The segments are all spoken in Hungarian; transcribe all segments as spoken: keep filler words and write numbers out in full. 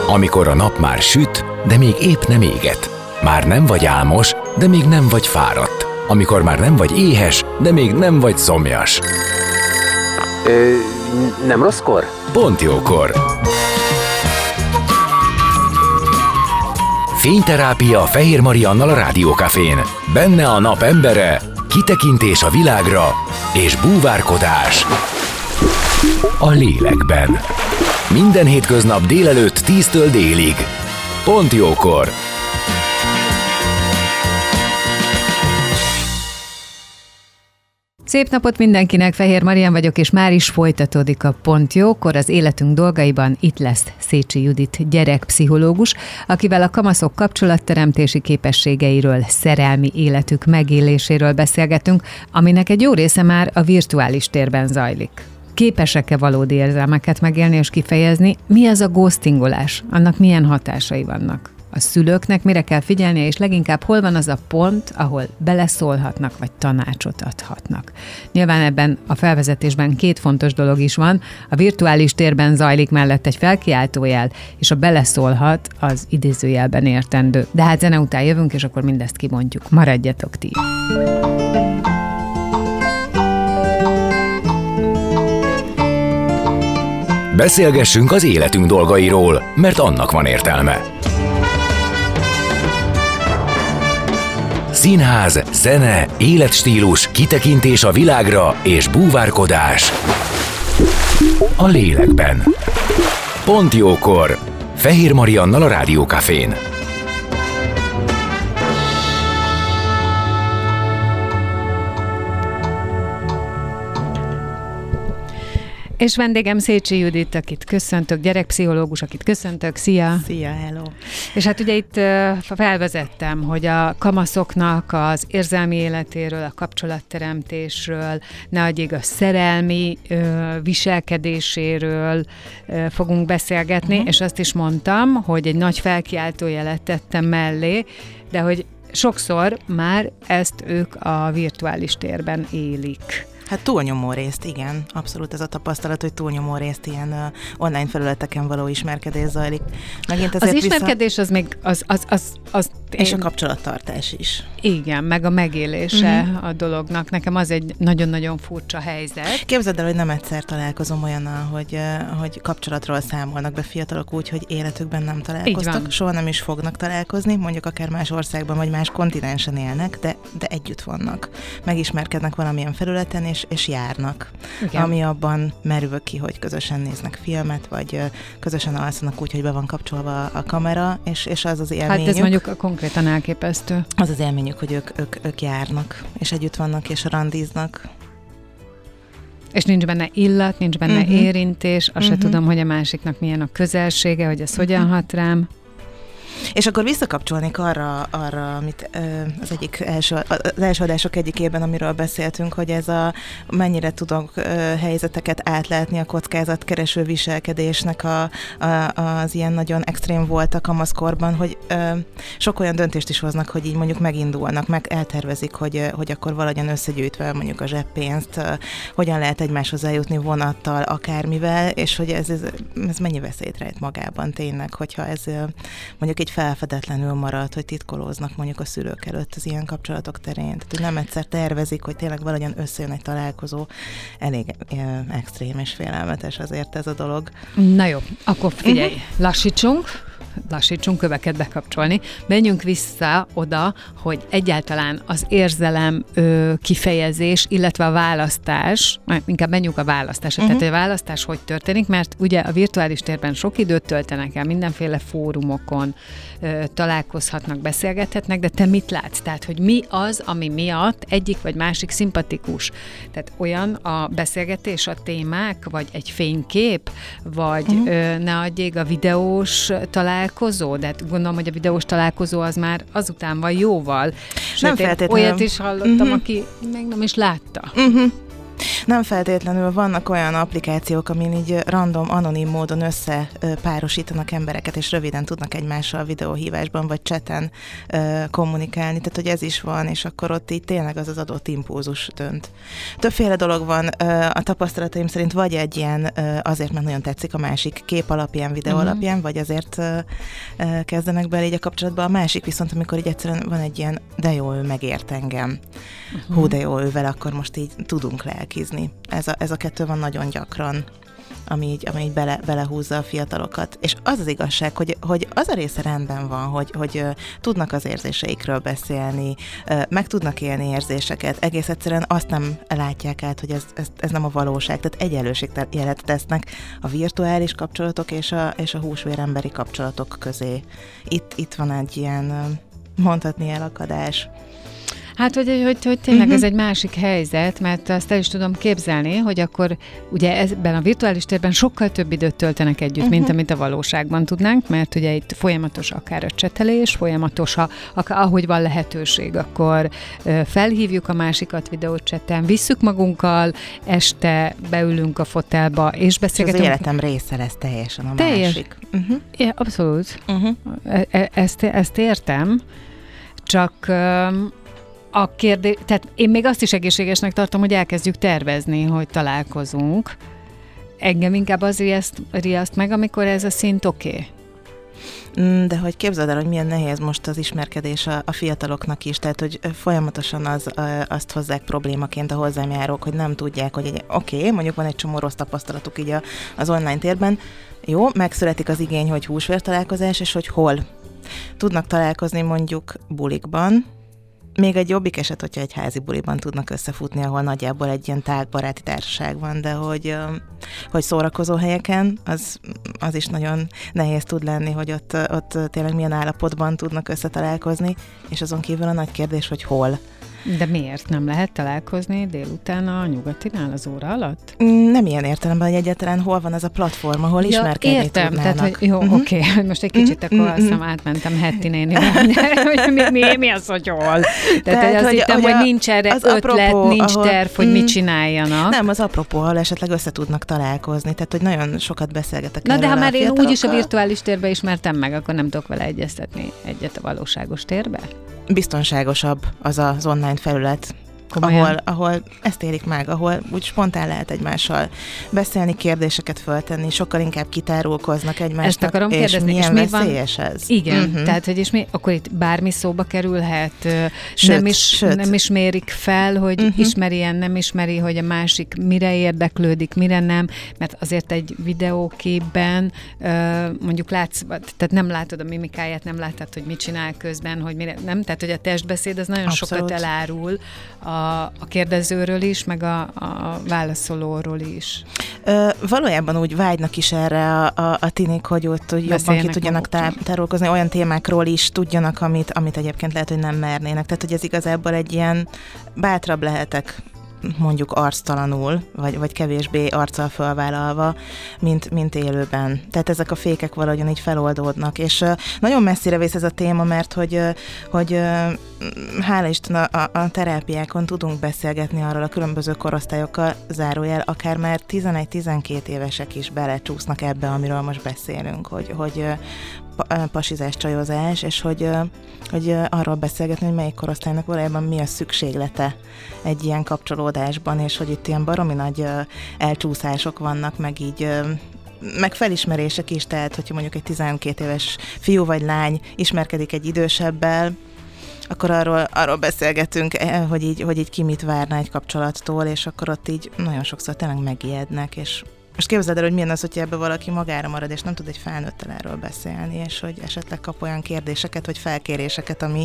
Amikor a nap már süt, de még épp nem éget. Már nem vagy álmos, de még nem vagy fáradt. Amikor már nem vagy éhes, de még nem vagy szomjas. Ö, nem rosszkor? Pont jókor. Fényterápia Fehér Mariannal a Rádiókafén. Benne a nap embere, kitekintés a világra és búvárkodás a lélekben. Minden hétköznap délelőtt tíztől délig. Pont jókor. Szép napot mindenkinek, Fehér Marian vagyok, és már is folytatódik a Pont Jókor. Az életünk dolgaiban itt lesz Szécsi Judit gyerekpszichológus, akivel a kamaszok kapcsolatteremtési képességeiről, szerelmi életük megéléséről beszélgetünk, aminek egy jó része már a virtuális térben zajlik. Képesek-e valódi érzelmeket megélni és kifejezni? Mi az a ghostingolás? Annak milyen hatásai vannak? A szülőknek mire kell figyelnie, és leginkább hol van az a pont, ahol beleszólhatnak, vagy tanácsot adhatnak. Nyilván ebben a felvezetésben két fontos dolog is van. A virtuális térben zajlik mellett egy felkiáltójel, és a beleszólhat az idézőjelben értendő. De hát zene után jövünk, és akkor mindezt kibontjuk. Maradjatok ti! Beszélgessünk az életünk dolgairól, mert annak van értelme. Színház, zene, életstílus, kitekintés a világra és búvárkodás a lélekben. Pont jókor. Fehér Mariannal a Rádiókafén. És vendégem Szécsi Judit, akit köszöntök, gyerekpszichológus, akit köszöntök. Szia! Szia, hello! És hát ugye itt felvezettem, hogy a kamaszoknak az érzelmi életéről, a kapcsolatteremtésről, ne adjék a szerelmi viselkedéséről fogunk beszélgetni, uh-huh. és azt is mondtam, hogy egy nagy felkiáltójelet tettem mellé, de hogy sokszor már ezt ők a virtuális térben élik. Hát túlnyomó részt, igen. Abszolút ez a tapasztalat, hogy túlnyomó részt ilyen uh, online felületeken való ismerkedés zajlik. Megint az ismerkedés vissza... az még az... az, az, az és én... a kapcsolattartás is. Igen, meg a megélése uh-huh. a dolognak. Nekem az egy nagyon-nagyon furcsa helyzet. Képzeld el, hogy nem egyszer találkozom olyannal, hogy, uh, hogy kapcsolatról számolnak be fiatalok úgy, hogy életükben nem találkoztak, soha nem is fognak találkozni, mondjuk akár más országban vagy más kontinensen élnek, de, de együtt vannak. Megismerkednek valamilyen felületen, és, és járnak. Igen. Ami abban merül ki, hogy közösen néznek filmet, vagy uh, közösen alszanak úgy, hogy be van kapcsolva a kamera, és, és az az élményük. Hát ez mondjuk konkrétan elképesztő. Az az élményük, hogy ők, ők, ők járnak, és együtt vannak, és randíznak. És nincs benne illat, nincs benne uh-huh. érintés, azt uh-huh. se tudom, hogy a másiknak milyen a közelsége, hogy ez uh-huh. hogyan hat rám. És akkor visszakapcsolnék arra, arra amit az egyik első, az első adások egyikében, amiről beszéltünk, hogy ez a mennyire tudok helyzeteket átlátni a kockázatkereső viselkedésnek a, a, az ilyen nagyon extrém volt a kamaszkorban, hogy sok olyan döntést is hoznak, hogy így mondjuk megindulnak, meg eltervezik, hogy, hogy akkor valahogyan összegyűjtve mondjuk a zseppénzt, hogyan lehet egymáshoz eljutni vonattal, akármivel, és hogy ez, ez, ez mennyi veszélyt rejt magában tényleg, hogyha ez mondjuk egy felfedetlenül marad, hogy titkolóznak mondjuk a szülők előtt az ilyen kapcsolatok terén. Tehát, hogy nem egyszer tervezik, hogy tényleg valahogyan összejön egy találkozó. Elég e, extrém és félelmetes azért ez a dolog. Na jó, akkor figyelj, uh-huh. lassítsunk. lassítsunk, köveket bekapcsolni. Menjünk vissza oda, hogy egyáltalán az érzelem ö, kifejezés, illetve a választás, inkább menjünk a választásra, uh-huh. tehát a választás hogy történik, mert ugye a virtuális térben sok időt töltenek el, mindenféle fórumokon ö, találkozhatnak, beszélgethetnek, de te mit látsz? Tehát, hogy mi az, ami miatt egyik vagy másik szimpatikus? Tehát olyan a beszélgetés, a témák, vagy egy fénykép, vagy uh-huh. ö, ne adjék a videós találkozó, de hát gondolom, hogy a videós találkozó az már azután van jóval. Nem feltétlenül. Olyat is hallottam, uh-huh. aki meg nem is látta. Uh-huh. Nem feltétlenül, vannak olyan applikációk, amin így random, anonim módon összepárosítanak embereket, és röviden tudnak egymással videóhívásban vagy chaten ö, kommunikálni, tehát hogy ez is van, és akkor ott így tényleg az az adott impulzus dönt. Többféle dolog van, ö, a tapasztalataim szerint vagy egy ilyen ö, azért, mert nagyon tetszik a másik kép alapján, videó uh-huh. alapján, vagy azért ö, ö, kezdenek bele így a kapcsolatba. A másik viszont, amikor így egyszerűen van egy ilyen, de jó, ő megért engem. Uh-huh. Hú, de jó, ővel akkor most így tudunk lelkizni. Ez a, ez a kettő van nagyon gyakran, ami így, ami így bele, belehúzza a fiatalokat. És az az igazság, hogy, hogy az a része rendben van, hogy, hogy uh, tudnak az érzéseikről beszélni, uh, meg tudnak élni érzéseket, egész egyszerűen azt nem látják át, hogy ez, ez, ez nem a valóság, tehát egyenlőségjelet tesznek a virtuális kapcsolatok és a, és a húsvér emberi kapcsolatok közé. Itt, itt van egy ilyen, uh, mondhatni elakadás. Hát, hogy, hogy, hogy tényleg uh-huh. ez egy másik helyzet, mert azt el is tudom képzelni, hogy akkor ugye ebben a virtuális térben sokkal több időt töltenek együtt, uh-huh. mint amit a valóságban tudnánk, mert ugye itt folyamatos akár a csetelés, folyamatos, a, akár, ahogy van lehetőség, akkor ö, felhívjuk a másikat videócsetten, visszük magunkkal, este beülünk a fotelba, és beszélgetünk. És az életem része lesz teljesen a Teljes. másik. Uh-huh. Ja, abszolút. Uh-huh. E- ezt, ezt értem, csak... Ö, A kérdés, tehát én még azt is egészségesnek tartom, hogy elkezdjük tervezni, hogy találkozunk. Engem inkább az riaszt, riaszt meg, amikor ez a szint oké. Okay. De hogy képzeld el, hogy milyen nehéz most az ismerkedés a, a fiataloknak is, tehát hogy folyamatosan az, azt hozzák problémaként a hozzám járók, hogy nem tudják, hogy oké, okay, mondjuk van egy csomó rossz tapasztalatuk így a, az online térben, jó, megszületik az igény, hogy húsvértalálkozás, és hogy hol. Tudnak találkozni mondjuk bulikban. Még egy jobbik eset, hogyha egy házi buliban tudnak összefutni, ahol nagyjából egy ilyen tág baráti társaság van, de hogy, hogy szórakozó helyeken, az, az is nagyon nehéz tud lenni, hogy ott, ott tényleg milyen állapotban tudnak összetalálkozni, és azon kívül a nagy kérdés, hogy hol. De miért nem lehet találkozni délután a Nyugatinál az óra alatt? Nem ilyen értelemben, hogy egyáltalán hol van az a platform, ahol ja, ismerkedni értem, tudnának. Tehát, hogy jó, uh-huh. oké, okay. most egy kicsit uh-huh. akkor azt hiszem átmentem Hetti nénivel, hogy mi, mi, mi az, hogy hol? Tehát, Tehát azt hogy, hittem, hogy, hogy nincs erre ötlet, apropó, nincs ahol, terv, hogy mm, mit csináljanak. Nem, az apropó, ahol esetleg össze tudnak találkozni, tehát hogy nagyon sokat beszélgetek. Na de ha már én úgyis a virtuális térbe ismertem meg, akkor nem tudok vele egyeztetni egyet a valóságos térbe? Biztonságosabb az az online felület, ahol, ahol ezt érik meg, ahol úgy spontán lehet egymással beszélni, kérdéseket föltenni, sokkal inkább kitárulkoznak egymásnak. Ezt akarom és kérdezni, milyen és veszélyes van? Ez. Igen, uh-huh. tehát hogy és mi, akkor itt bármi szóba kerülhet, sőt, nem, is, sőt. nem is mérik fel, hogy uh-huh. ismeri ilyen, nem ismeri, hogy a másik mire érdeklődik, mire nem, mert azért egy videóképben mondjuk látsz, tehát nem látod a mimikáját, nem látod, hogy mit csinál közben, hogy mire, nem, tehát hogy a testbeszéd az nagyon Abszolút. sokat elárul a a kérdezőről is, meg a, a válaszolóról is. Ö, valójában úgy vágynak is erre a, a, a tinik, hogy ott hogy jobban ki tudjanak tárulkozni, olyan témákról is tudjanak, amit, amit egyébként lehet, hogy nem mernének. Tehát, hogy ez igazából egy ilyen bátrabb lehetek, mondjuk arctalanul, vagy, vagy kevésbé arccal fölvállalva, mint, mint élőben. Tehát ezek a fékek valahogyan így feloldódnak, és uh, nagyon messzire vész ez a téma, mert hogy, uh, hogy uh, hála Isten a, a, a terápiákon tudunk beszélgetni arról a különböző korosztályokkal, zárójel, akár már tizenegy-tizenkét évesek is belecsúsznak ebbe, amiről most beszélünk, hogy, hogy uh, pasizás, csajozás, és hogy, hogy arról beszélgetni, hogy melyik korosztálynak valójában mi a szükséglete egy ilyen kapcsolódásban, és hogy itt ilyen baromi nagy elcsúszások vannak, meg így meg felismerések is, tehát hogyha mondjuk egy tizenkét éves fiú vagy lány ismerkedik egy idősebbel, akkor arról, arról beszélgetünk, hogy így, hogy így ki mit várna egy kapcsolattól, és akkor ott így nagyon sokszor tényleg megijednek, és most képzeld el, hogy milyen az, hogyha ebbe valaki magára marad, és nem tud egy felnőttel erről beszélni, és hogy esetleg kap olyan kérdéseket, vagy felkéréseket, ami,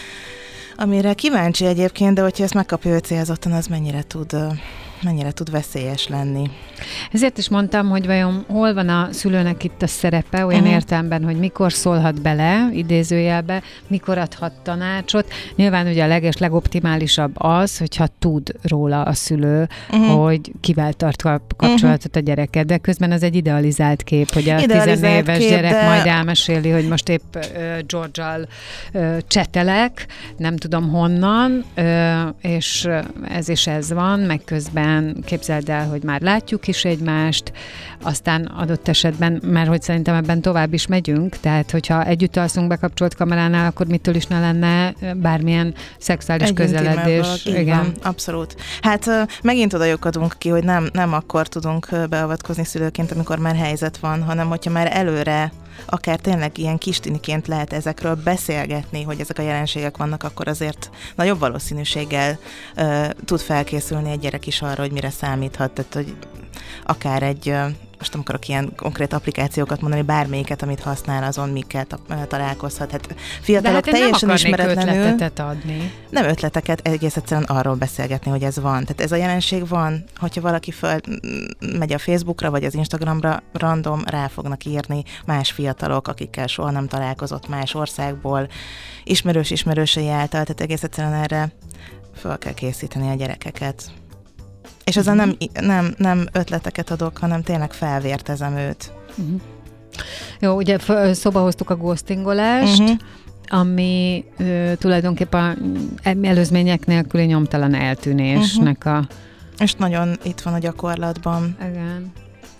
amire kíváncsi egyébként, de hogyha ezt megkapja ő célzottan, az mennyire tud, mennyire tud veszélyes lenni. Ezért is mondtam, hogy vajon hol van a szülőnek itt a szerepe, olyan uh-huh. értelemben, hogy mikor szólhat bele, idézőjelbe, mikor adhat tanácsot. Nyilván ugye a leges, legoptimálisabb az, hogyha tud róla a szülő, uh-huh. hogy kivel tart kapcsolatot a gyereke, de közben ez egy idealizált kép, hogy a tizenéves gyerek de... majd elmeséli, hogy most épp uh, George-al uh, csetelek, nem tudom honnan, uh, és ez is ez van, meg közben esetben képzeld el, hogy már látjuk is egymást, aztán adott esetben, mert hogy szerintem ebben tovább is megyünk, tehát hogyha együtt alszunk bekapcsolt kameránál, akkor mitől is ne lenne bármilyen szexuális Egy közeledés. Igen, van, abszolút. Hát megint oda lyukadunk ki, hogy nem, nem akkor tudunk beavatkozni szülőként, amikor már helyzet van, hanem hogyha már előre akár tényleg ilyen kistiniként lehet ezekről beszélgetni, hogy ezek a jelenségek vannak, akkor azért nagyobb valószínűséggel uh, tud felkészülni egy gyerek is arra, hogy mire számíthat, tehát hogy akár egy, uh, most nem akarok ilyen konkrét applikációkat mondani, bármelyiket, amit használ, azon mikkel ta- találkozhat. Hát fiatalok de hát teljesen ismeretlenül. ötletet adni. Nem ötleteket, egész egyszerűen arról beszélgetni, hogy ez van. Tehát ez a jelenség van, hogyha valaki föl megy a Facebookra, vagy az Instagramra, random rá fognak írni más fiatalok, akikkel soha nem találkozott más országból, ismerős ismerősei által, tehát egész egyszerűen erre föl kell készíteni a gyerekeket. És ezzel nem, nem, nem ötleteket adok, hanem tényleg felvértezem őt. Uh-huh. Jó, ugye szóba hoztuk a ghostingolást, uh-huh. ami ö, tulajdonképpen előzmények nélküli nyomtalan eltűnésnek uh-huh. a... És nagyon itt van a gyakorlatban. Igen,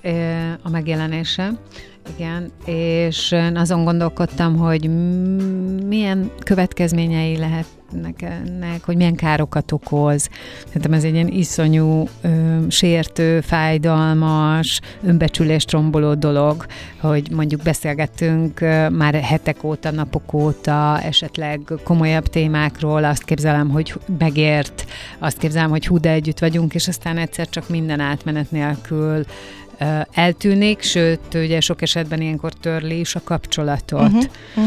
a megjelenése. Igen, és azon gondolkodtam, hogy milyen következményei lehetnek ennek, hogy milyen károkat okoz. Szerintem ez egy ilyen iszonyú, ö, sértő, fájdalmas, önbecsülést romboló dolog, hogy mondjuk beszélgettünk ö, már hetek óta, napok óta, esetleg komolyabb témákról, azt képzelem, hogy megért, azt képzelem, hogy hú, de együtt vagyunk, és aztán egyszer csak minden átmenet nélkül eltűnik, sőt, ugye sok esetben ilyenkor törli is a kapcsolatot. Uh-huh,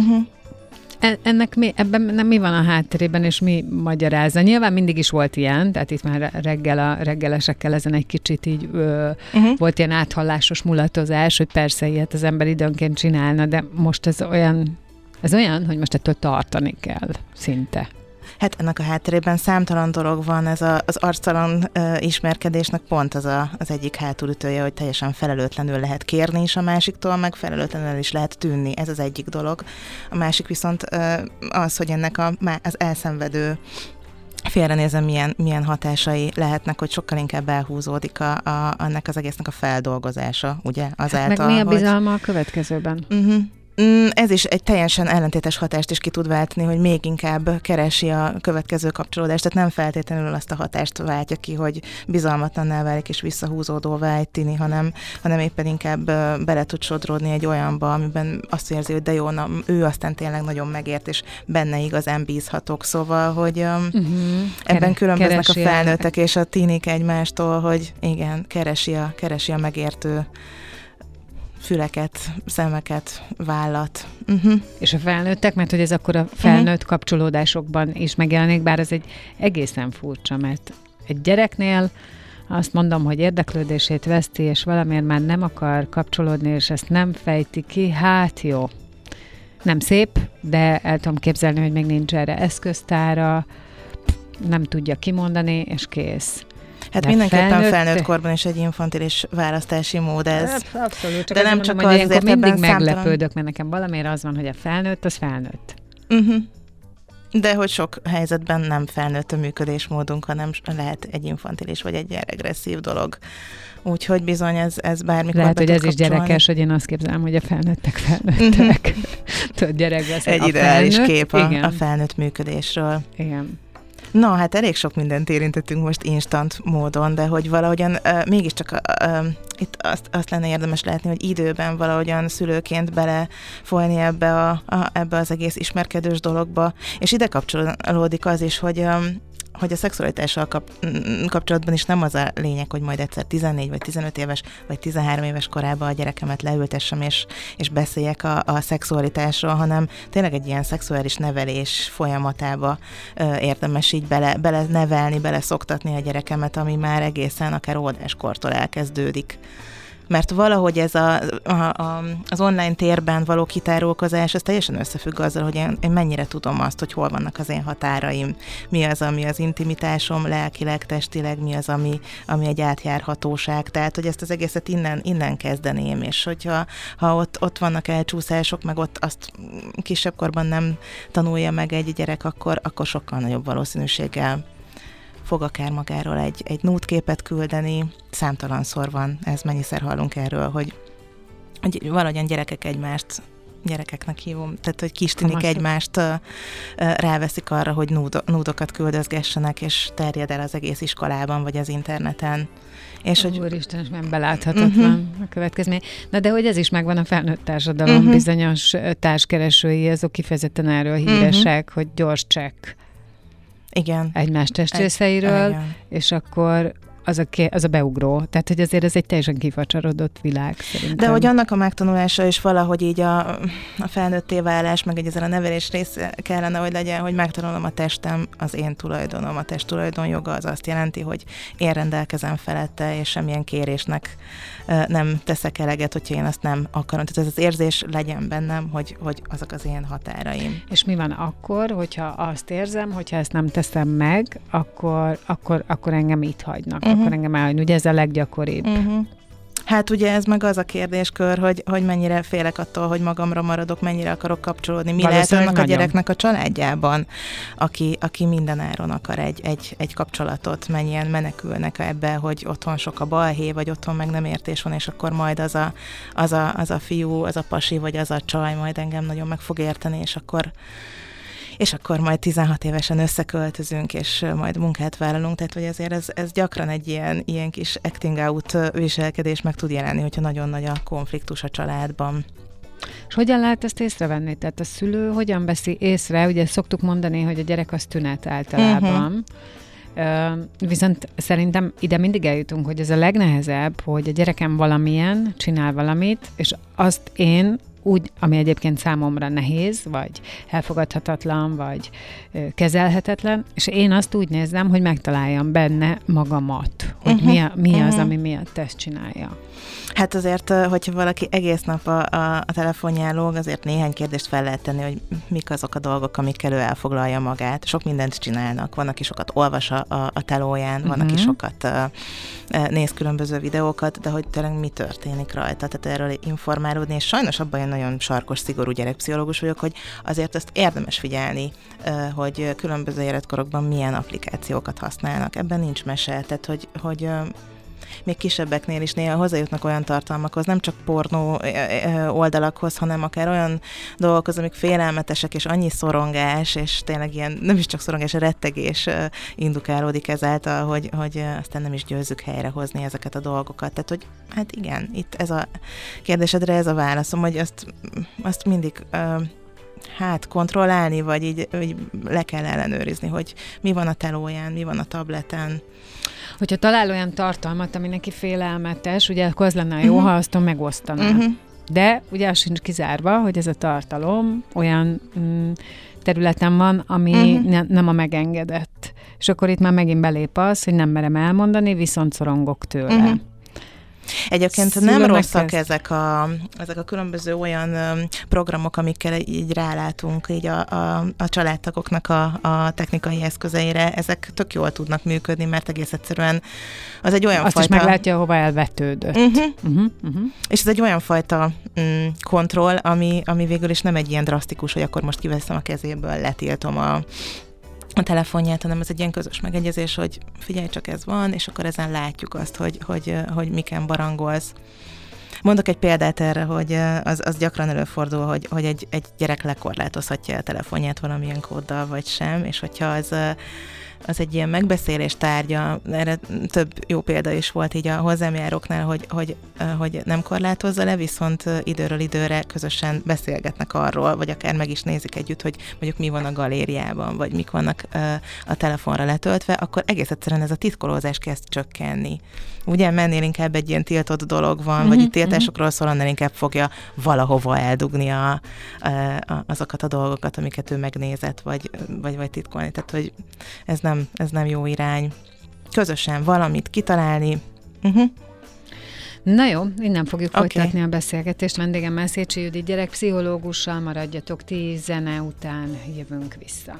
uh-huh. Ennek mi, ebben nem mi van a hátterében, és mi magyarázza? Nyilván mindig is volt ilyen, tehát itt már reggel a reggelesekkel ezen egy kicsit így ö, uh-huh. volt ilyen áthallásos mulatozás, hogy persze ilyet az ember időnként csinálna, de most ez olyan, ez olyan, hogy most ettől tartani kell szinte. Hát ennek a hátterében számtalan dolog van, ez a, az arctalan uh, ismerkedésnek pont az a, az egyik hátulütője, hogy teljesen felelőtlenül lehet kérni is a másiktól, meg felelőtlenül is lehet tűnni, ez az egyik dolog. A másik viszont uh, az, hogy ennek a, az elszenvedő félrenézem, milyen, milyen hatásai lehetnek, hogy sokkal inkább elhúzódik a, a, annak az egésznek a feldolgozása, ugye? Azáltal, meg mi a bizalma hogy... a következőben? Uh-huh. Ez is egy teljesen ellentétes hatást is ki tud váltani, hogy még inkább keresi a következő kapcsolódást, tehát nem feltétlenül azt a hatást váltja ki, hogy bizalmatlanná válik és visszahúzódóvá egy tini, hanem, hanem éppen inkább bele tud sodródni egy olyanba, amiben azt érzi, hogy de jó, na, ő aztán tényleg nagyon megért, és benne igazán bízhatok. Szóval, hogy uh-huh. ebben különböznek a felnőttek és a tinik egymástól, hogy igen, keresi a, keresi a megértő füleket, szemeket, vállat. Uh-huh. És a felnőttek, mert hogy ez akkor a felnőtt uh-huh. kapcsolódásokban is megjelenik, bár ez egy egészen furcsa, mert egy gyereknél azt mondom, hogy érdeklődését veszti, és valamiért már nem akar kapcsolódni, és ezt nem fejti ki, hát jó. Nem szép, de el tudom képzelni, hogy még nincs erre eszköztára, nem tudja kimondani, és kész. Hát de mindenképpen felnőtt, felnőtt korban is egy infantilis választási mód ez. Abszolút, csak de nem mondom, csak az, azért mindig számtalan... meglepődök, mert nekem valamiért az van, hogy a felnőtt, az felnőtt. Uh-huh. De hogy sok helyzetben nem felnőtt a működésmódunk, hanem lehet egy infantilis vagy egy regresszív dolog. Úgyhogy bizony ez, ez bármikor lehet, hogy ez kapcsolni. is gyerekes, hogy én azt képzelem, hogy a felnőttek felnőttek. Uh-huh. Tudod, gyerek lesz. Egy a ideális felnőtt, kép a, igen. a felnőtt működésről. Igen. Na, hát elég sok mindent érintettünk most instant módon, de hogy valahogyan uh, mégiscsak uh, uh, itt azt, azt lenne érdemes látni, hogy időben valahogyan szülőként belefolyni ebbe, a, a, ebbe az egész ismerkedős dologba, és ide kapcsolódik az is, hogy um, hogy a szexualitással kap, kapcsolatban is nem az a lényeg, hogy majd egyszer tizennégy vagy tizenöt éves, vagy tizenhárom éves korában a gyerekemet leültessem, és, és beszéljek a, a szexualitásról, hanem tényleg egy ilyen szexuális nevelés folyamatába ö, érdemes így bele, bele nevelni, bele szoktatni a gyerekemet, ami már egészen akár óvodáskortól elkezdődik. Mert valahogy ez a, a, a, az online térben való kitárulkozás, ez teljesen összefügg azzal, hogy én, én mennyire tudom azt, hogy hol vannak az én határaim, mi az, ami az intimitásom lelkileg, testileg, mi az, ami, ami egy átjárhatóság. Tehát, hogy ezt az egészet innen, innen kezdeném, és hogyha ha ott, ott vannak elcsúszások, meg ott azt kisebb korban nem tanulja meg egy gyerek, akkor, akkor sokkal nagyobb valószínűséggel fog akár magáról egy, egy nútképet küldeni. Számtalanszor van ez, mennyiszer hallunk erről, hogy, hogy valahogyan gyerekek egymást, gyerekeknek hívom, tehát hogy kistinik Kamaszok. egymást uh, uh, ráveszik arra, hogy núd, núdokat küldözgessenek, és terjed el az egész iskolában, vagy az interneten. És hogy... Úristen, nem beláthatatlan uh-huh. a következmény. Na de hogy ez is megvan a felnőtt társadalom, uh-huh. bizonyos társkeresői, azok kifejezetten erről híresek, uh-huh. hogy gyors csekk. Igen. Egymás testrészeiről, Egy, és akkor az a, ké, az a beugró. Tehát, hogy azért ez egy teljesen kifacsarodott világ szerintem. De hogy annak a megtanulása is valahogy így a, a felnőtté válás, meg egy ezzel a nevelés része kellene, hogy legyen, hogy megtanulom a testem, az én tulajdonom. A test tulajdonjoga az azt jelenti, hogy én rendelkezem felette, és semmilyen kérésnek nem teszek eleget, hogyha én azt nem akarom. Tehát ez az érzés legyen bennem, hogy, hogy azok az én határaim. És mi van akkor, hogyha azt érzem, hogyha ezt nem teszem meg, akkor, akkor, akkor engem itt hagynak. Uh-huh. Akkor engem elhagyni. Ugye ez a leggyakoribb. Uh-huh. Hát ugye ez meg az a kérdéskör, hogy, hogy mennyire félek attól, hogy magamra maradok, mennyire akarok kapcsolódni. Mi lehet annak a gyereknek a családjában, aki, aki mindenáron akar egy, egy, egy kapcsolatot, mennyien menekülnek ebbe, hogy otthon sok a balhé, vagy otthon meg nem értés van, és akkor majd az a, az a, az a fiú, az a pasi, vagy az a csaj majd engem nagyon meg fog érteni, és akkor és akkor majd tizenhat évesen összeköltözünk, és majd munkát vállalunk, tehát hogy azért ez, ez gyakran egy ilyen, ilyen kis acting out viselkedés meg tud jelenni, hogyha nagyon nagy a konfliktus a családban. És hogyan lehet ezt észrevenni? Tehát a szülő hogyan veszi észre? Ugye szoktuk mondani, hogy a gyerek az tünet általában, uh-huh. uh, viszont szerintem ide mindig eljutunk, hogy ez a legnehezebb, hogy a gyerekem valamilyen csinál valamit, és azt én úgy, ami egyébként számomra nehéz, vagy elfogadhatatlan, vagy ö, kezelhetetlen, és én azt úgy nézem, hogy megtaláljam benne magamat, hogy uh-huh. mi, a, mi uh-huh. az, ami miatt ezt csinálja. Hát azért, hogyha valaki egész nap a, a, a telefonján lóg, azért néhány kérdést fel lehet tenni, hogy mik azok a dolgok, amikkel ő elfoglalja magát. Sok mindent csinálnak, van, aki sokat olvas a, a telóján, van, uh-huh. aki sokat uh, néz különböző videókat, de hogy tényleg mi történik rajta, tehát erről informálódni, és sajnos abban én nagyon sarkos, szigorú gyerekpszichológus vagyok, hogy azért ezt érdemes figyelni, uh, hogy különböző életkorokban milyen applikációkat használnak. Ebben nincs mese, tehát hogy, hogy uh, még kisebbeknél is néha hozzájutnak olyan tartalmakhoz, nem csak pornó oldalakhoz, hanem akár olyan dolgokhoz, amik félelmetesek, és annyi szorongás, és tényleg ilyen, nem is csak szorongás, rettegés indukálódik ezáltal, hogy, hogy aztán nem is győzzük helyrehozni ezeket a dolgokat. Tehát, hogy hát igen, itt ez a kérdésedre ez a válaszom, hogy azt, azt mindig hát kontrollálni, vagy így, így le kell ellenőrizni, hogy mi van a telóján, mi van a tableten. Hogyha talál olyan tartalmat, ami neki félelmetes, ugye akkor az lenne jó, uh-huh. ha azt megosztaná. Uh-huh. De ugye az sincs kizárva, hogy ez a tartalom olyan mm, területen van, ami uh-huh. ne, nem a megengedett. És akkor itt már megint belép az, hogy nem merem elmondani, viszont szorongok tőle. Uh-huh. Egyébként Szülő nem rosszak ezek a, ezek a különböző olyan programok, amikkel így rálátunk így a, a, a családtagoknak a, a technikai eszközeire. Ezek tök jól tudnak működni, mert egész egyszerűen az egy olyan Azt fajta... is meglátja, hova elvetődött. Uh-huh. Uh-huh. Uh-huh. És ez egy olyan fajta mm, kontroll, ami, ami végül is nem egy ilyen drasztikus, hogy akkor most kiveszem a kezéből, letiltom a a telefonját, hanem ez egy ilyen közös megegyezés, hogy figyelj, csak ez van, és akkor ezen látjuk azt, hogy, hogy, hogy miken barangolsz. Mondok egy példát erre, hogy az, az gyakran előfordul, hogy, hogy egy, egy gyerek lekorlátozhatja a telefonját valamilyen kóddal, vagy sem, és hogyha az, az egy ilyen megbeszélés tárgya, erre több jó példa is volt így a hozzám járóknál, hogy, hogy, hogy nem korlátozza le, viszont időről időre közösen beszélgetnek arról, vagy akár meg is nézik együtt, hogy mondjuk mi van a galériában, vagy mik vannak a telefonra letöltve, akkor egész egyszerűen ez a titkolózás kezd csökkenni. Ugye mennél inkább egy ilyen tiltott dolog van, mm-hmm, vagy itt tiltásokról szól, annál inkább fogja valahova eldugni a, a, azokat a dolgokat, amiket ő megnézett, vagy, vagy, vagy titkolni. Tehát, hogy ez nem, ez nem jó irány. Közösen valamit kitalálni. Uh-huh. Na jó, innen fogjuk okay. folytatni a beszélgetést. Vendégemmel Szécsi Judit gyerekpszichológussal, maradjatok ti, zene után jövünk vissza.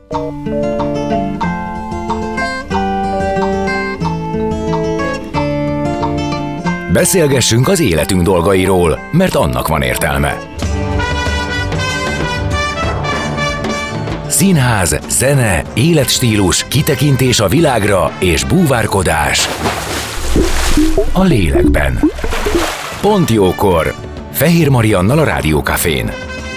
Beszélgessünk az életünk dolgairól, mert annak van értelme. Színház, zene, életstílus, kitekintés a világra és búvárkodás a lélekben. Pont jókor! Fehér Mariannal a Rádió Cafén.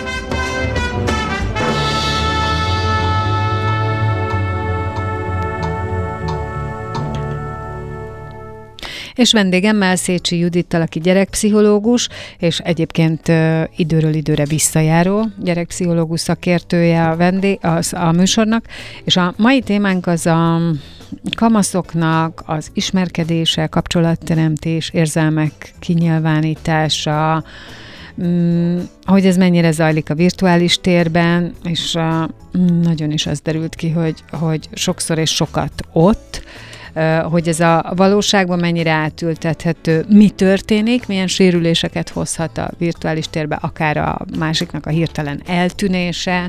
És vendégemmel Szécsi Judittal, aki gyerekpszichológus, és egyébként uh, időről időre visszajáró gyerekpszichológus szakértője a, vendég, az, a műsornak, és a mai témánk az a kamaszoknak az ismerkedése, kapcsolatteremtés, érzelmek kinyilvánítása, mm, hogy ez mennyire zajlik a virtuális térben, és uh, nagyon is az derült ki, hogy, hogy sokszor és sokat ott, hogy ez a valóságban mennyire átültethető, mi történik, milyen sérüléseket hozhat a virtuális térbe, akár a másiknak a hirtelen eltűnése,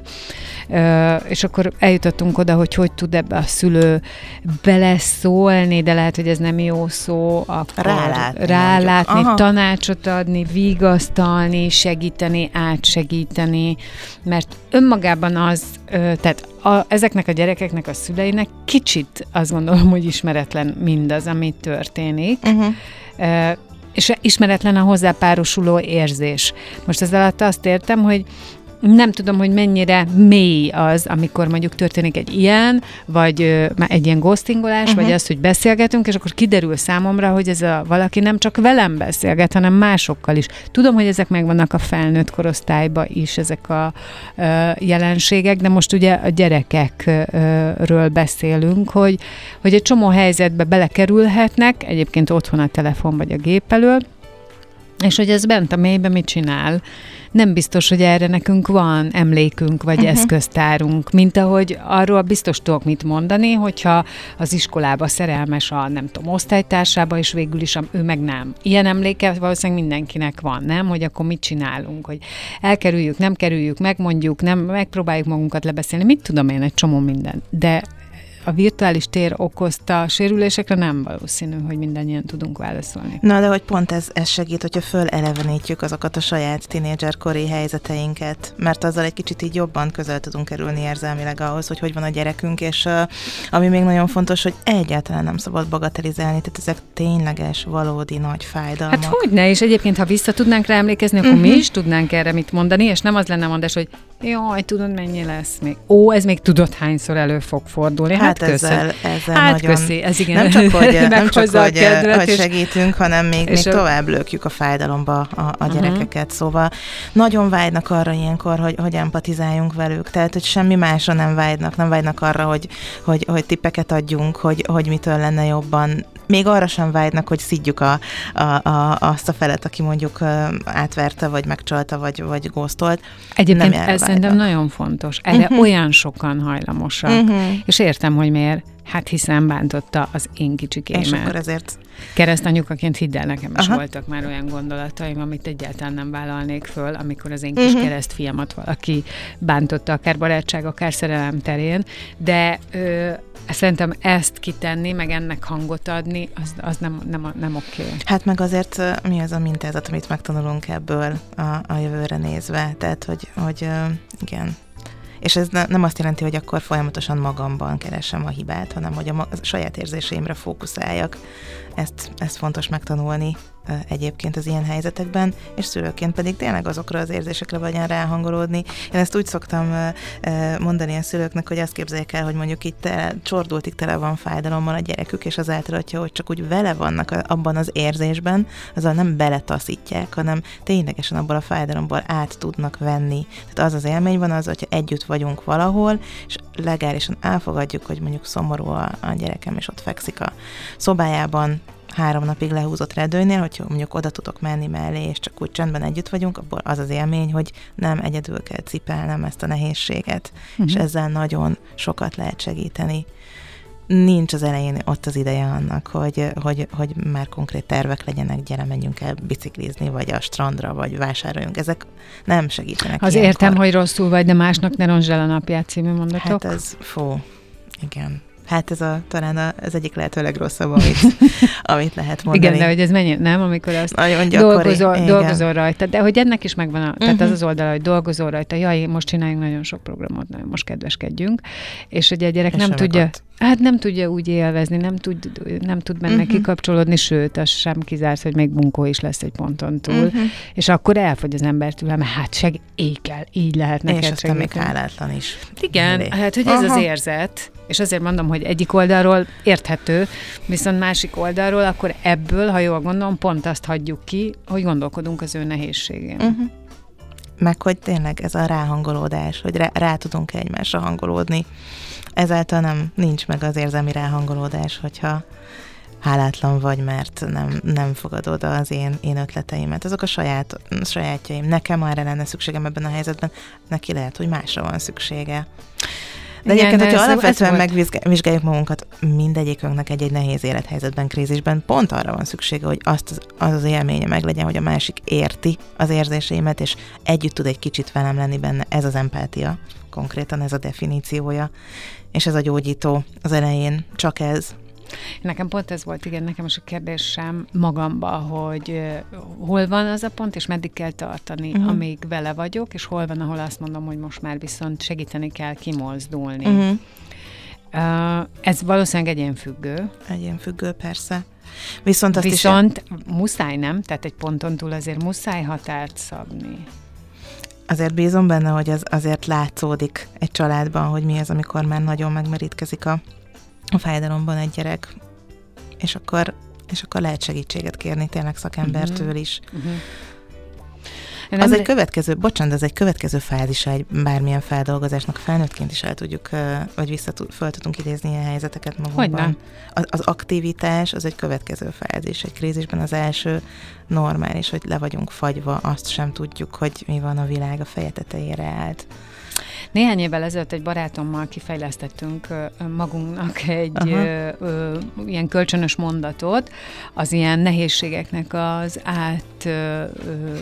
és akkor eljutottunk oda, hogy hogy tud ebbe a szülő beleszólni, de lehet, hogy ez nem jó szó, akkor rálátni, rálátni tanácsot adni, vigasztalni, segíteni, átsegíteni, mert önmagában az, tehát a, ezeknek a gyerekeknek, a szüleinek kicsit azt gondolom, hogy ismeretlen mindaz, ami történik, uh-huh. e, és ismeretlen a hozzá párosuló érzés. Most ez alatt azt értem, hogy nem tudom, hogy mennyire mély az, amikor mondjuk történik egy ilyen, vagy ö, egy ilyen ghostingolás, uh-huh. vagy az, hogy beszélgetünk, és akkor kiderül számomra, hogy ez a valaki nem csak velem beszélget, hanem másokkal is. Tudom, hogy ezek megvannak a felnőtt korosztályban is, ezek a ö, jelenségek, de most ugye a gyerekekről beszélünk, hogy, hogy egy csomó helyzetbe belekerülhetnek, egyébként otthon a telefon vagy a gép elől, és hogy ez bent a mélyben mit csinál. Nem biztos, hogy erre nekünk van emlékünk, vagy uh-huh. eszköztárunk, mint ahogy arról biztos tudok mit mondani, hogyha az iskolába szerelmes a, nem tudom, osztálytársába, és végül is a, ő meg nem. Ilyen emléke valószínűleg mindenkinek van, nem? Hogy akkor mit csinálunk, hogy elkerüljük, nem kerüljük, megmondjuk, nem, megpróbáljuk magunkat lebeszélni, mit tudom én, egy csomó minden. De a virtuális tér okozta sérülésekre nem valószínű, hogy mindannyian tudunk válaszolni. Na, de hogy pont ez, ez segít, hogyha fölelevenítjük azokat a saját tínédzserkori helyzeteinket, mert azzal egy kicsit így jobban közel tudunk kerülni érzelmileg ahhoz, hogy hogy van a gyerekünk, és uh, ami még nagyon fontos, hogy egyáltalán nem szabad bagatelizálni, tehát ezek tényleges, valódi nagy fájdalmak. Hát hogyne, és egyébként, ha vissza tudnánk rá emlékezni, akkor uh-huh. mi is tudnánk erre mit mondani, és nem az lenne mondás, hogy jaj, tudod, mennyi lesz még. Ó, ez még tudod, hányszor elő fog fordulni. Hát, hát ezzel, ezzel hát nagyon... köszi, ez igen. Nem csak, hogy, nem csak, hogy, kedvet, hogy segítünk, hanem még, még a... tovább lökjük a fájdalomba a, a gyerekeket. Uh-huh. Szóval nagyon vágynak arra ilyenkor, hogy, hogy empatizáljunk velük. Tehát, hogy semmi másra nem vágynak. Nem vágynak arra, hogy, hogy, hogy tippeket adjunk, hogy, hogy mitől lenne jobban. Még arra sem vágynak, hogy szidjuk a, a, a, azt a felet, aki mondjuk átverte, vagy megcsalta, vagy, vagy góztolt. Egyébként ez szerintem nagyon fontos. Erre uh-huh. olyan sokan hajlamosak. Uh-huh. És értem, hogy miért. Hát hiszen bántotta az én kicsikémet. És akkor ezért... Keresztanyukaként hidd el, nekem is Aha. voltak már olyan gondolataim, amit egyáltalán nem vállalnék föl, amikor az én kis uh-huh. keresztfiamat valaki bántotta, akár barátság, akár szerelem terén, de ö, szerintem ezt kitenni, meg ennek hangot adni, az, az nem, nem, nem oké. Okay. Hát meg azért mi az a mintázat, amit megtanulunk ebből a, a jövőre nézve, tehát hogy, hogy igen. És ez ne, nem azt jelenti, hogy akkor folyamatosan magamban keresem a hibát, hanem hogy a, ma- a saját érzéseimre fókuszáljak. Ezt, ezt fontos megtanulni uh, egyébként az ilyen helyzetekben, és szülőként pedig tényleg azokra az érzésekre legyen ráhangolódni. Én ezt úgy szoktam uh, uh, mondani a szülőknek, hogy azt képzeljék el, hogy mondjuk itt tele, csordultig tele van fájdalommal a gyerekük, és azáltal, hogy csak úgy vele vannak a, abban az érzésben, azzal nem beletaszítják, hanem ténylegesen abból a fájdalomból át tudnak venni. Tehát az az élmény van az, hogyha együtt vagyunk valahol, és legálisan elfogadjuk, hogy mondjuk szomorú a, a gyerekem, és ott fekszik a szobájában, három napig lehúzott redőnél, hogyha mondjuk oda tudok menni mellé, és csak úgy csendben együtt vagyunk, abból az az élmény, hogy nem egyedül kell cipelnem ezt a nehézséget, uh-huh. és ezzel nagyon sokat lehet segíteni. Nincs az elején ott az ideje annak, hogy, hogy, hogy már konkrét tervek legyenek, gyere, menjünk el biciklizni, vagy a strandra, vagy vásároljunk. Ezek nem segítenek. Az ilyenkor. Értem, hogy rosszul vagy, de másnak ne roncsd el a napját című mondatok. Hát ez, fú, igen. Hát ez a, talán a, az egyik lehető legrosszabb, amit, amit lehet mondani. Igen, de hogy ez mennyi, nem? Amikor azt nagyon gyakori, dolgozol, dolgozol rajta. De hogy ennek is megvan, a, uh-huh. tehát az az oldala, hogy dolgozol rajta. Jaj, most csináljunk nagyon sok programot, nagyon most kedveskedjünk. És ugye a gyerek és nem tudja, ott. hát nem tudja úgy élvezni, nem tud, nem tud benne uh-huh. kikapcsolódni, sőt, az sem kizárt, hogy még bunkó is lesz egy ponton túl. Uh-huh. És akkor elfogy az ember tőle, mert hát seg ékel, így lehet neked és aztán még hálátlan is. Igen, elé. Hát hogy ez Aha. az érzet, és azért mondom, hogy egyik oldalról érthető, viszont másik oldalról akkor ebből, ha jól gondolom, pont azt hagyjuk ki, hogy gondolkodunk az ő nehézségén. Uh-huh. Meg hogy tényleg ez a ráhangolódás, hogy rá, rá tudunk egymásra hangolódni. Ezáltal nem nincs meg az érzelmi ráhangolódás, hogyha hálátlan vagy, mert nem, nem fogadod az én, én ötleteimet. Azok a saját, sajátjaim. Nekem erre lenne szükségem ebben a helyzetben, neki lehet, hogy másra van szüksége. De igen, egyébként, hogyha alapvetően megvizsgáljuk magunkat, mindegyikünknek egy-egy nehéz élethelyzetben, krízisben, pont arra van szüksége, hogy azt az, az az élménye meglegyen, hogy a másik érti az érzéseimet, és együtt tud egy kicsit velem lenni benne. Ez az empátia, konkrétan ez a definíciója, és ez a gyógyító az elején, csak ez. Nekem pont ez volt, igen, nekem is a kérdésem magamba, hogy uh, hol van az a pont, és meddig kell tartani, uh-huh. amíg vele vagyok, és hol van, ahol azt mondom, hogy most már viszont segíteni kell kimozdulni. Uh-huh. Uh, ez valószínűleg egyénfüggő. Egyénfüggő, persze. Viszont azt Viszont is... muszáj, nem? Tehát egy ponton túl azért muszáj határt szabni. Azért bízom benne, hogy az azért látszódik egy családban, hogy mi az, amikor már nagyon megmerítkezik a a fájdalomban egy gyerek, és akkor, és akkor lehet segítséget kérni tényleg szakembertől is. Uh-huh. Az egy következő, bocsánat, ez egy következő fázisa egy bármilyen feldolgozásnak, felnőttként is el tudjuk, vagy vissza föl tudunk idézni ilyen helyzeteket magunkban. Az, az aktivitás az egy következő fázis. Egy krízisben az első normális, hogy le vagyunk fagyva, azt sem tudjuk, hogy mi van, a világ a feje tetejére állt. Néhány évvel ezelőtt egy barátommal kifejlesztettünk magunknak egy ö, ö, ilyen kölcsönös mondatot, az ilyen nehézségeknek az át... Ö, ö,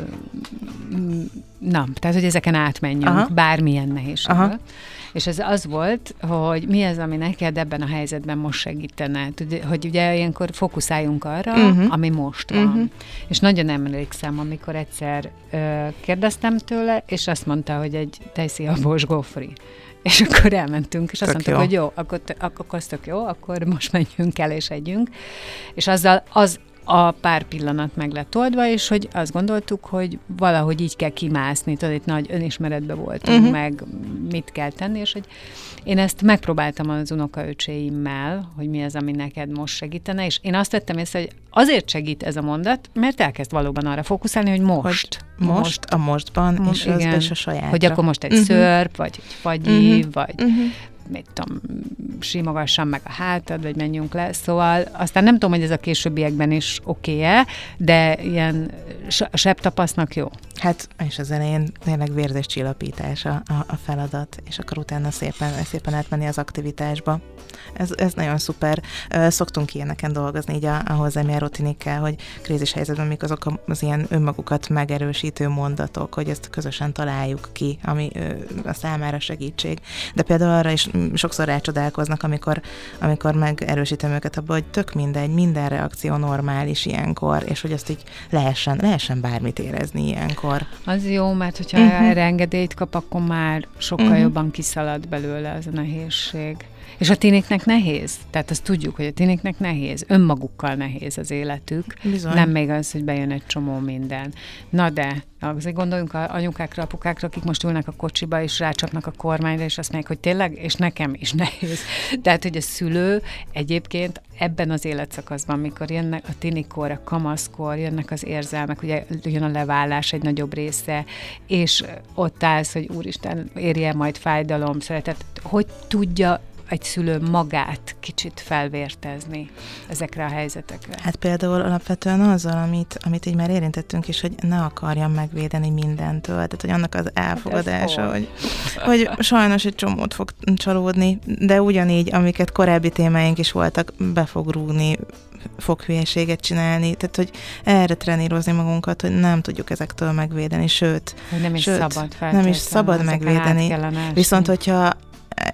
na, tehát, hogy ezeken átmenjünk, Aha. bármilyen nehézségből. És ez az volt, hogy mi az, ami neked ebben a helyzetben most segítene. Hogy ugye ilyenkor fókuszáljunk arra, uh-huh. ami most van. Uh-huh. És nagyon emlékszem, amikor egyszer ö, kérdeztem tőle, és azt mondta, hogy egy tejszínhabós gofri. És akkor elmentünk, és azt tök mondtuk, jó. hogy jó, akkor, akkor az tök jó, akkor most menjünk el és együnk. És azzal az a pár pillanat meg lett oldva, és hogy azt gondoltuk, hogy valahogy így kell kimászni, tudod, itt nagy önismeretben voltunk, uh-huh. meg mit kell tenni, és hogy én ezt megpróbáltam az unokaöcséimmel, hogy mi az, ami neked most segítene, és én azt vettem észre, hogy azért segít ez a mondat, mert elkezd valóban arra fókuszálni, hogy most. Hogy most, most, a mostban, most, és az és a sajátra. Hogy akkor most egy uh-huh. szörp, vagy egy fagyi, uh-huh. vagy... Uh-huh. mit tudom, simogassam meg a hátad, vagy menjünk le. Szóval aztán nem tudom, hogy ez a későbbiekben is oké-e, de ilyen sebtapasznak jó. Hát, és az elején tényleg vérzéscsillapítás a, a feladat, és akkor utána szépen, szépen átmenni az aktivitásba. Ez, ez nagyon szuper. Szoktunk ilyeneken dolgozni, így a, a hozzám járó tinikkel, hogy krízis helyzetben mik azok az ilyen önmagukat megerősítő mondatok, hogy ezt közösen találjuk ki, ami a számára segítség. De például arra is sokszor rácsodálkoznak, amikor, amikor megerősítem őket abban, hogy tök mindegy, minden reakció normális ilyenkor, és hogy azt így lehessen, lehessen bármit érezni ilyenkor. Az jó, mert hogyha uh-huh. erre engedélyt kap, akkor már sokkal uh-huh. jobban kiszalad belőle az a nehézség. És a tinéknek nehéz. Tehát azt tudjuk, hogy a tinéknek nehéz. Önmagukkal nehéz az életük. Bizony. Nem még az, hogy bejön egy csomó minden. Na de, azért gondoljunk a anyukákra, apukákra, akik most ülnek a kocsiba, és rácsapnak a kormányra, és azt mondják, hogy tényleg, és nekem is nehéz. Tehát, hogy a szülő egyébként ebben az életszakaszban, mikor jönnek a tinikor, a kamaszkor, jönnek az érzelmek, ugye jön a leválás egy nagyobb része, és ott állsz, hogy úristen, érje majd fájdalom, szeretet, hogy tudja egy szülő magát kicsit felvértezni ezekre a helyzetekre? Hát például alapvetően azzal, amit, amit így már érintettünk is, hogy ne akarjam megvédeni mindentől. Tehát, hogy annak az elfogadása, hogy, hogy sajnos egy csomót fog csalódni, de ugyanígy, amiket korábbi témáink is voltak, be fog rúgni, fog hülyeséget csinálni, tehát, hogy erre trenírozni magunkat, hogy nem tudjuk ezektől megvédeni, sőt, hogy nem is sőt, szabad nem is szabad megvédeni. Viszont, hogyha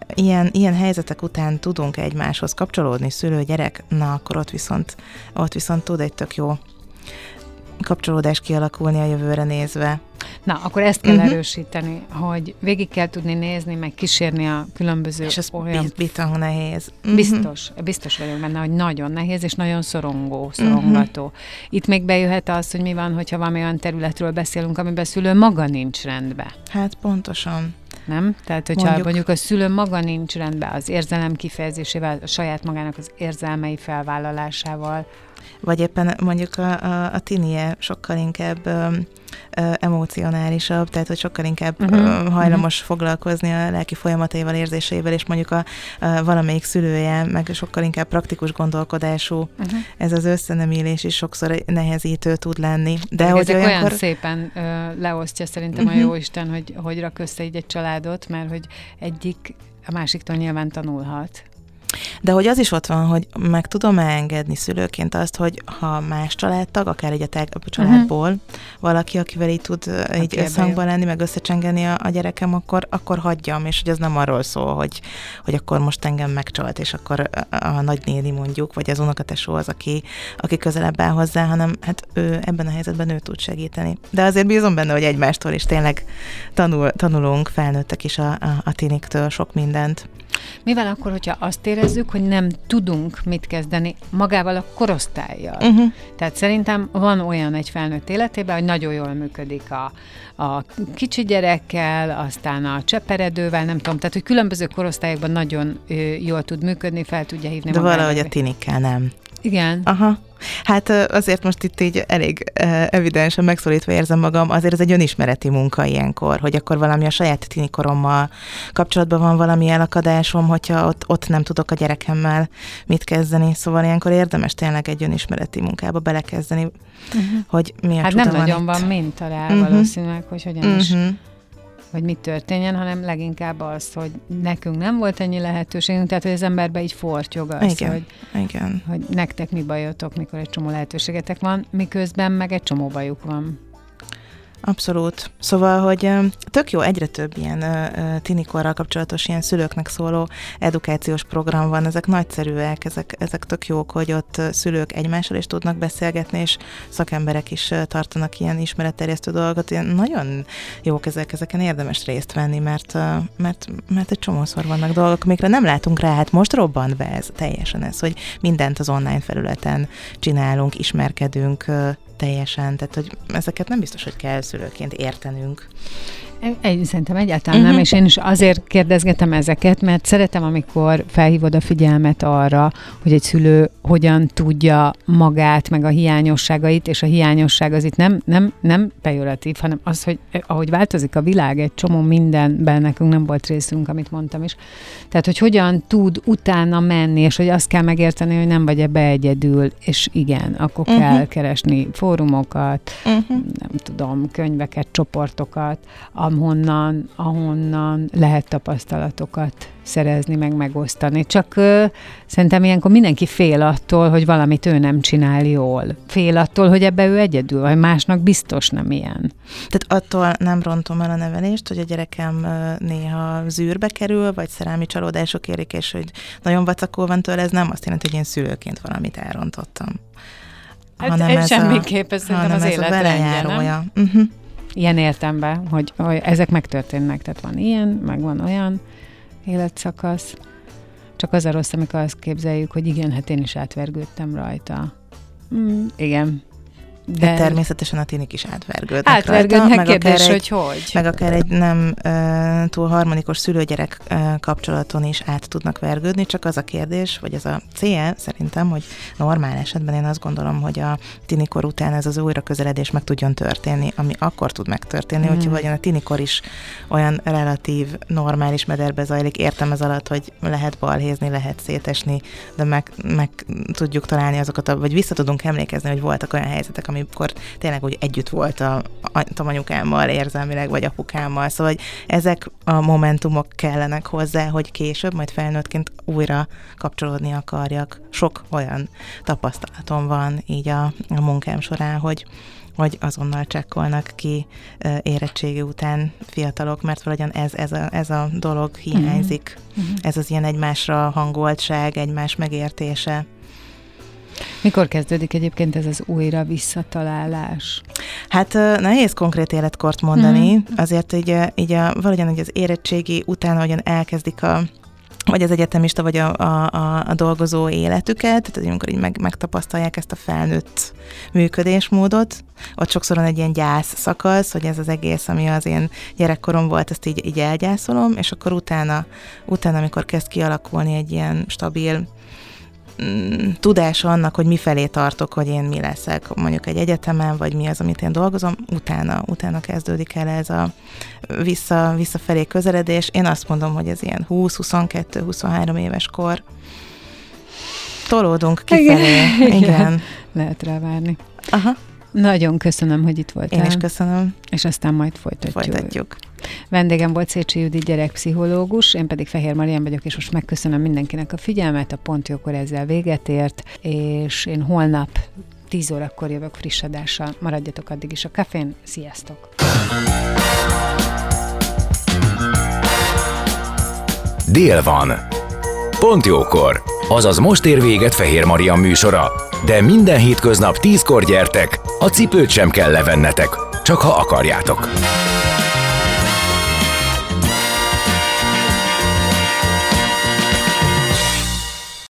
ilyen, ilyen helyzetek után tudunk egymáshoz kapcsolódni, szülő-gyerek, na akkor ott viszont, ott viszont tud egy tök jó kapcsolódás kialakulni a jövőre nézve. Na, akkor ezt kell uh-huh. erősíteni, hogy végig kell tudni nézni, meg kísérni a különböző és ez olyan... bitang nehéz. Uh-huh. Biztos, biztos vagyok benne, hogy nagyon nehéz, és nagyon szorongó, szorongató. Uh-huh. Itt még bejöhet az, hogy mi van, hogyha valami olyan területről beszélünk, amiben a szülő maga nincs rendben. Hát pontosan. Nem? Tehát, hogyha mondjuk, mondjuk a szülő maga nincs rendben az érzelem kifejezésével, a saját magának az érzelmei felvállalásával, vagy éppen mondjuk a, a, a tinie sokkal inkább ö, ö, emocionálisabb, tehát hogy sokkal inkább uh-huh. ö, hajlamos uh-huh. foglalkozni a lelki folyamataival, érzéseivel, és mondjuk a, a valamelyik szülője meg sokkal inkább praktikus gondolkodású. Uh-huh. Ez az összenemélés is sokszor nehezítő tud lenni. De hogy hogy ezek olyankor... olyan szépen ö, leosztja szerintem uh-huh. a Jóisten, hogy, hogy rak össze így egy családot, mert hogy egyik a másiktól nyilván tanulhat. De hogy az is ott van, hogy meg tudom engedni szülőként azt, hogy ha más családtag, akár egy a tágabb családból, uh-huh. valaki, akivel így tud uh, így összhangban lenni, meg összecsengeni a, a gyerekem, akkor, akkor hagyjam, és hogy ez nem arról szól, hogy, hogy akkor most engem megcsalt, és akkor a, a nagynéni mondjuk, vagy az unokatesó az, aki, aki közelebb áll hozzá, hanem hát ő ebben a helyzetben ő tud segíteni. De azért bízom benne, hogy egymástól is tényleg tanul, tanulunk, felnőttek is a, a, a tiniktől sok mindent. Mi van akkor, hogyha azt érezzük, hogy nem tudunk mit kezdeni magával a korosztállyal? Uh-huh. Tehát szerintem van olyan egy felnőtt életében, hogy nagyon jól működik a, a kicsi gyerekkel, aztán a cseperedővel, nem tudom, tehát hogy különböző korosztályokban nagyon ö, jól tud működni, fel tudja hívni de magát. valahogy a tinikkel nem. Igen. Aha. Hát azért most itt így elég evidensen megszólítva érzem magam, azért ez egy önismereti munka ilyenkor, hogy akkor valami a saját tinikorommal kapcsolatban van valami elakadásom, hogyha ott, ott nem tudok a gyerekemmel mit kezdeni, szóval ilyenkor érdemes tényleg egy önismereti munkába belekezdeni, uh-huh. hogy mi a hát csuda nem van nagyon itt. van minta rá uh-huh. valószínűleg, hogy hogyan uh-huh. is hogy mit történjen, hanem leginkább az, hogy nekünk nem volt ennyi lehetőségünk, tehát hogy az emberbe így fortyog az, igen, hogy, igen. hogy nektek mi bajotok, mikor egy csomó lehetőségetek van, miközben meg egy csomó bajuk van. Abszolút. Szóval, hogy tök jó, egyre több ilyen uh, tinikorral kapcsolatos ilyen szülőknek szóló edukációs program van, ezek nagyszerűek, ezek, ezek tök jók, hogy ott szülők egymással is tudnak beszélgetni, és szakemberek is tartanak ilyen ismeretterjesztő dolgot. Ilyen nagyon jók ezek, ezeken érdemes részt venni, mert, uh, mert, mert egy csomószor vannak dolgok, amikre nem látunk rá, hát most robbant be ez, teljesen ez, hogy mindent az online felületen csinálunk, ismerkedünk, uh, teljesen, tehát hogy ezeket nem biztos, hogy kell szülőként értenünk. Egy, szerintem egyáltalán uh-huh. nem, és én is azért kérdezgetem ezeket, mert szeretem, amikor felhívod a figyelmet arra, hogy egy szülő hogyan tudja magát, meg a hiányosságait, és a hiányosság az itt nem, nem, nem pejoratív, hanem az, hogy ahogy változik a világ, egy csomó mindenben nekünk nem volt részünk, amit mondtam is. Tehát, hogy hogyan tud utána menni, és hogy azt kell megérteni, hogy nem vagy ebbe egyedül, és igen, akkor uh-huh. kell keresni fórumokat, uh-huh. nem tudom, könyveket, csoportokat, ahonnan, ahonnan lehet tapasztalatokat szerezni, meg megosztani. Csak ö, szerintem ilyenkor mindenki fél attól, hogy valamit ő nem csinál jól. Fél attól, hogy ebbe ő egyedül, vagy másnak biztos nem ilyen. Tehát attól nem rontom el a nevelést, hogy a gyerekem ö, néha zűrbe kerül, vagy szerelmi csalódások érik, és hogy nagyon vacakul van tőle, ez nem azt jelenti, hogy én szülőként valamit elrontottam. Hát hanem ez ez semmiképp, ez szerintem az életrendje, nem? Uh-huh. Ilyen értelemben, hogy, hogy ezek megtörténnek, tehát van ilyen, meg van olyan életszakasz. Csak az a rossz, amikor azt képzeljük, hogy igen, hát én is átvergődtem rajta. Mm, igen. De természetesen a tinik is átvergődnek átvergődnek rajta. Kérdés, egy, hogy hogy. Meg akár egy nem uh, túl harmonikus szülőgyerek uh, kapcsolaton is át tudnak vergődni, csak az a kérdés, vagy az a cél szerintem, hogy normál esetben én azt gondolom, hogy a tinikor után ez az újra közeledés meg tudjon történni, ami akkor tud megtörténni, mm. hogyha vagyon a tinikor is olyan relatív, normális mederbe zajlik, értem ez alatt, hogy lehet balhézni, lehet szétesni, de meg, meg tudjuk találni azokat, a, vagy vissza tudunk emlékezni, hogy voltak olyan helyzetek, amikor tényleg úgy együtt volt a, a anyukámmal érzelmileg, vagy apukámmal. Szóval, hogy ezek a momentumok kellenek hozzá, hogy később, majd felnőttként újra kapcsolódni akarjak. Sok olyan tapasztalatom van így a, a munkám során, hogy vagy azonnal csekkolnak ki érettségi után fiatalok, mert valahogyan ez, ez, a, ez a dolog hiányzik. Uh-huh. Ez az ilyen egymásra hangoltság, egymás megértése. Mikor kezdődik egyébként ez az újra visszatalálás? Hát nehéz konkrét életkort mondani, mm. azért így, így a, valahogyan hogy az érettségi után, ahogyan elkezdik a vagy az egyetemista, vagy a, a, a dolgozó életüket, tehát amikor így meg, megtapasztalják ezt a felnőtt működésmódot, ott sokszor van egy ilyen gyász szakasz, hogy ez az egész, ami az én gyerekkorom volt, ezt így, így elgyászolom, és akkor utána, utána, amikor kezd kialakulni egy ilyen stabil tudása annak, hogy mifelé tartok, hogy én mi leszek, mondjuk egy egyetemen, vagy mi az, amit én dolgozom, utána, utána kezdődik el ez a vissza, visszafelé közeledés. Én azt mondom, hogy ez ilyen húsz, huszonkettő, huszonhárom éves kor. Tolódunk kifelé. Igen. Igen. Lehet rá várni. Aha. Nagyon köszönöm, hogy itt voltál. Én is köszönöm. És aztán majd folytatjuk. Folytatjuk. Vendégem volt Szécsi Judit gyerekpszichológus, én pedig Fehér Marián vagyok, és most megköszönöm mindenkinek a figyelmet, a Pont Jókor ezzel véget ért, és én holnap tíz órakor jövök friss adással. Maradjatok addig is a kafén. Sziasztok! Dél van. Pont Jókor. Azaz most ér véget Fehér Marián műsora. De minden hétköznap tízkor gyertek, a cipőt sem kell levennetek, csak ha akarjátok.